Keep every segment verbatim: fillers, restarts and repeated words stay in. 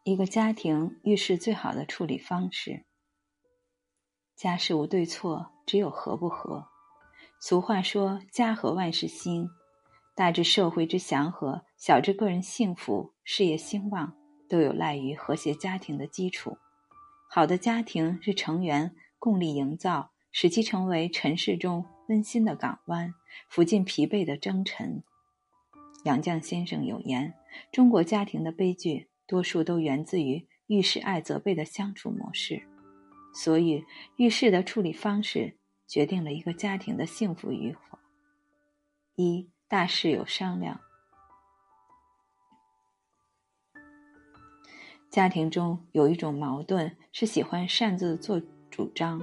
一个家庭遇事最好的处理方式。家事无对错，只有合不合。俗话说，家和万事兴。大至社会之祥和，小至个人幸福、事业兴旺，都有赖于和谐家庭的基础。好的家庭是成员共力营造，使其成为尘世中温馨的港湾，抚尽疲惫的征尘。杨绛先生有言，中国家庭的悲剧多数都源自于遇事爱责备的相处模式，所以遇事的处理方式决定了一个家庭的幸福与否。一、大事有商量。家庭中有一种矛盾，是喜欢擅自做主张。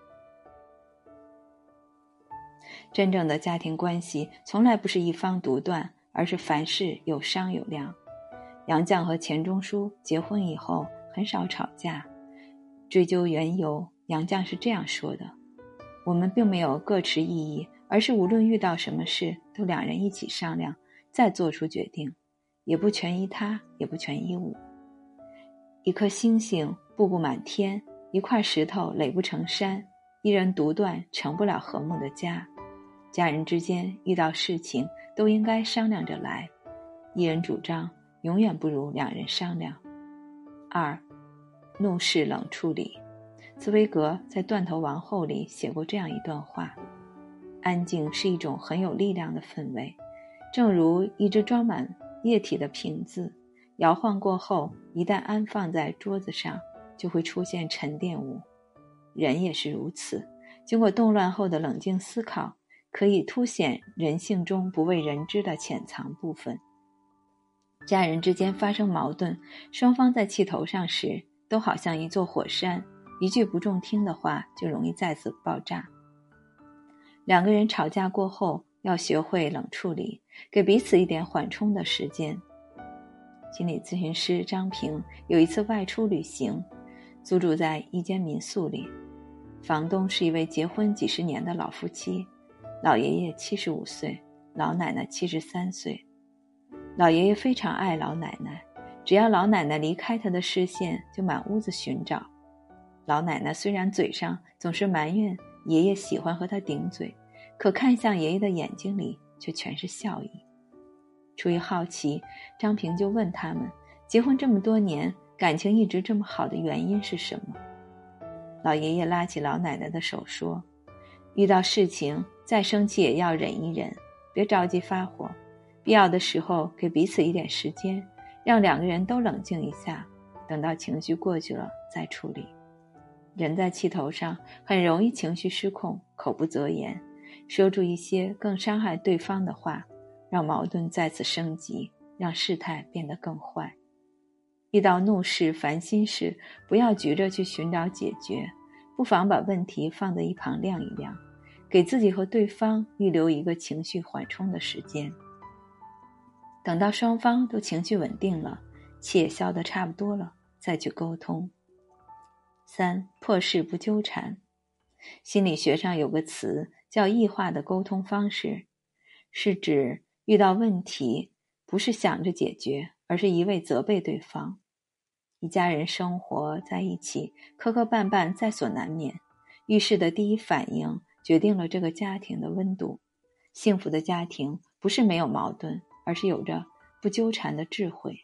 真正的家庭关系从来不是一方独断，而是凡事有商有量。杨绛和钱钟书结婚以后很少吵架，追究缘由，杨绛是这样说的：我们并没有各持异议，而是无论遇到什么事都两人一起商量，再做出决定，也不全依他，也不全依我。一颗星星布不满天，一块石头垒不成山，一人独断成不了和睦的家。家人之间遇到事情都应该商量着来，一人主张永远不如两人商量。二、怒事冷处理。茨威格在《断头王后》里写过这样一段话：安静是一种很有力量的氛围，正如一只装满液体的瓶子，摇晃过后，一旦安放在桌子上，就会出现沉淀物。人也是如此，经过动乱后的冷静思考，可以凸显人性中不为人知的潜藏部分。家人之间发生矛盾，双方在气头上时，都好像一座火山，一句不中听的话就容易再次爆炸。两个人吵架过后，要学会冷处理，给彼此一点缓冲的时间。心理咨询师张平有一次外出旅行，租住在一间民宿里，房东是一位结婚几十年的老夫妻，老爷爷七十五岁，老奶奶七十三岁。老爷爷非常爱老奶奶，只要老奶奶离开他的视线，就满屋子寻找。老奶奶虽然嘴上总是埋怨爷爷喜欢和她顶嘴，可看向爷爷的眼睛里却全是笑意。出于好奇，张平就问他们，结婚这么多年，感情一直这么好的原因是什么？老爷爷拉起老奶奶的手说，遇到事情再生气也要忍一忍，别着急发火，必要的时候给彼此一点时间，让两个人都冷静一下，等到情绪过去了再处理。人在气头上很容易情绪失控，口不择言，说出一些更伤害对方的话，让矛盾再次升级，让事态变得更坏。遇到怒事烦心事，不要急着去寻找解决，不妨把问题放在一旁晾一晾，给自己和对方预留一个情绪缓冲的时间。等到双方都情绪稳定了，气也消得差不多了，再去沟通。三、破事不纠缠。心理学上有个词叫异化的沟通方式，是指遇到问题不是想着解决，而是一味责备对方。一家人生活在一起，磕磕绊绊在所难免，遇事的第一反应决定了这个家庭的温度。幸福的家庭不是没有矛盾，而是有着不纠缠的智慧。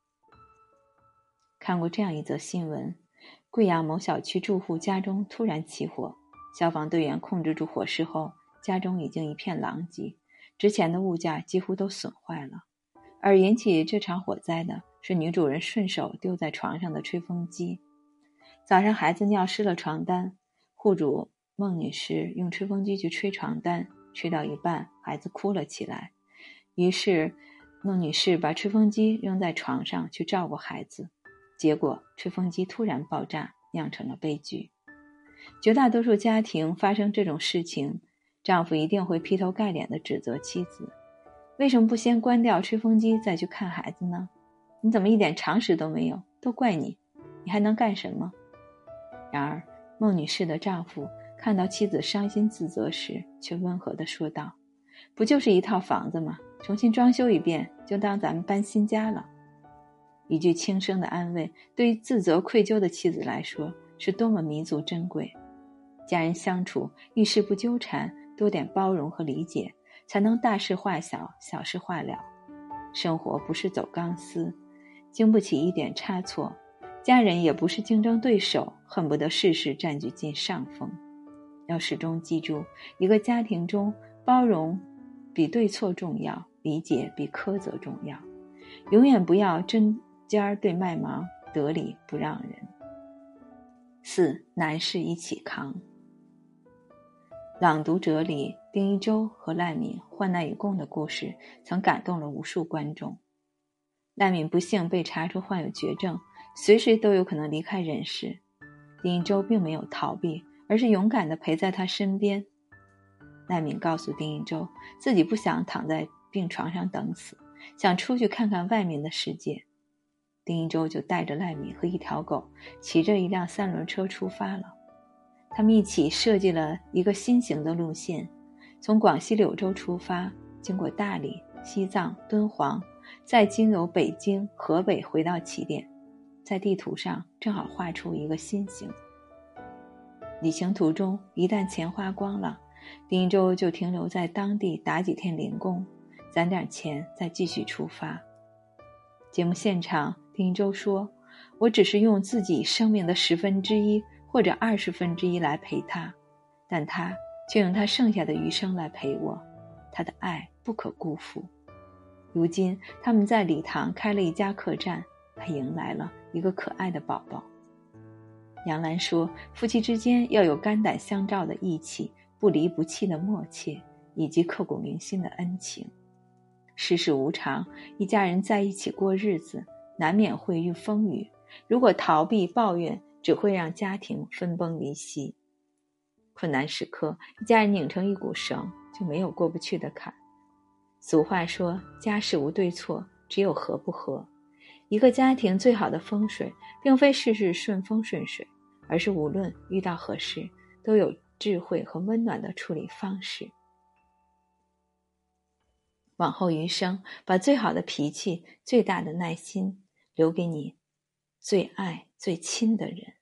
看过这样一则新闻，贵阳某小区住户家中突然起火，消防队员控制住火势后，家中已经一片狼藉，值钱的物件几乎都损坏了。而引起这场火灾的是女主人顺手丢在床上的吹风机。早上孩子尿湿了床单，户主孟女士用吹风机去吹床单，吹到一半，孩子哭了起来。于是孟女士把吹风机扔在床上去照顾孩子，结果吹风机突然爆炸，酿成了悲剧。绝大多数家庭发生这种事情，丈夫一定会劈头盖脸地指责妻子，为什么不先关掉吹风机再去看孩子呢？你怎么一点常识都没有？都怪你，你还能干什么？然而孟女士的丈夫看到妻子伤心自责时，却温和地说道，不就是一套房子吗？重新装修一遍，就当咱们搬新家了。 一句轻声的安慰，对于自责愧疚的妻子来说，是多么弥足珍贵。家人相处，遇事不纠缠，多点包容和理解，才能大事化小，小事化了。生活不是走钢丝，经不起一点差错，家人也不是竞争对手，恨不得事事占据尽上风。要始终记住，一个家庭中，包容比对错重要，理解比苛责重要。永远不要针尖对麦芒，得理不让人。四，难事一起扛。朗读者里，丁一周和赖敏患难与共的故事曾感动了无数观众。赖敏不幸被查出患有绝症，随时都有可能离开人世。丁一周并没有逃避，而是勇敢地陪在他身边。赖敏告诉丁一周，自己不想躺在病床上等死，想出去看看外面的世界。丁一周就带着赖敏和一条狗，骑着一辆三轮车出发了。他们一起设计了一个新型的路线，从广西柳州出发，经过大理、西藏、敦煌，再经由北京、河北回到起点，在地图上正好画出一个新型。旅行途中，一旦钱花光了，丁一周就停留在当地打几天零工，攒点钱再继续出发。节目现场，丁一周说，我只是用自己生命的十分之一或者二十分之一来陪他，但他却用他剩下的余生来陪我，他的爱不可辜负。如今他们在礼堂开了一家客栈，还迎来了一个可爱的宝宝。杨澜说，夫妻之间要有肝胆相照的义气，不离不弃的默契，以及刻骨铭心的恩情。世事无常，一家人在一起过日子，难免会遇风雨，如果逃避抱怨，只会让家庭分崩离析。困难时刻，一家人拧成一股绳，就没有过不去的坎。俗话说，家事无对错，只有合不合。一个家庭最好的风水，并非事事顺风顺水，而是无论遇到何事，都有智慧和温暖的处理方式。往后余生，把最好的脾气、最大的耐心留给你最爱最亲的人。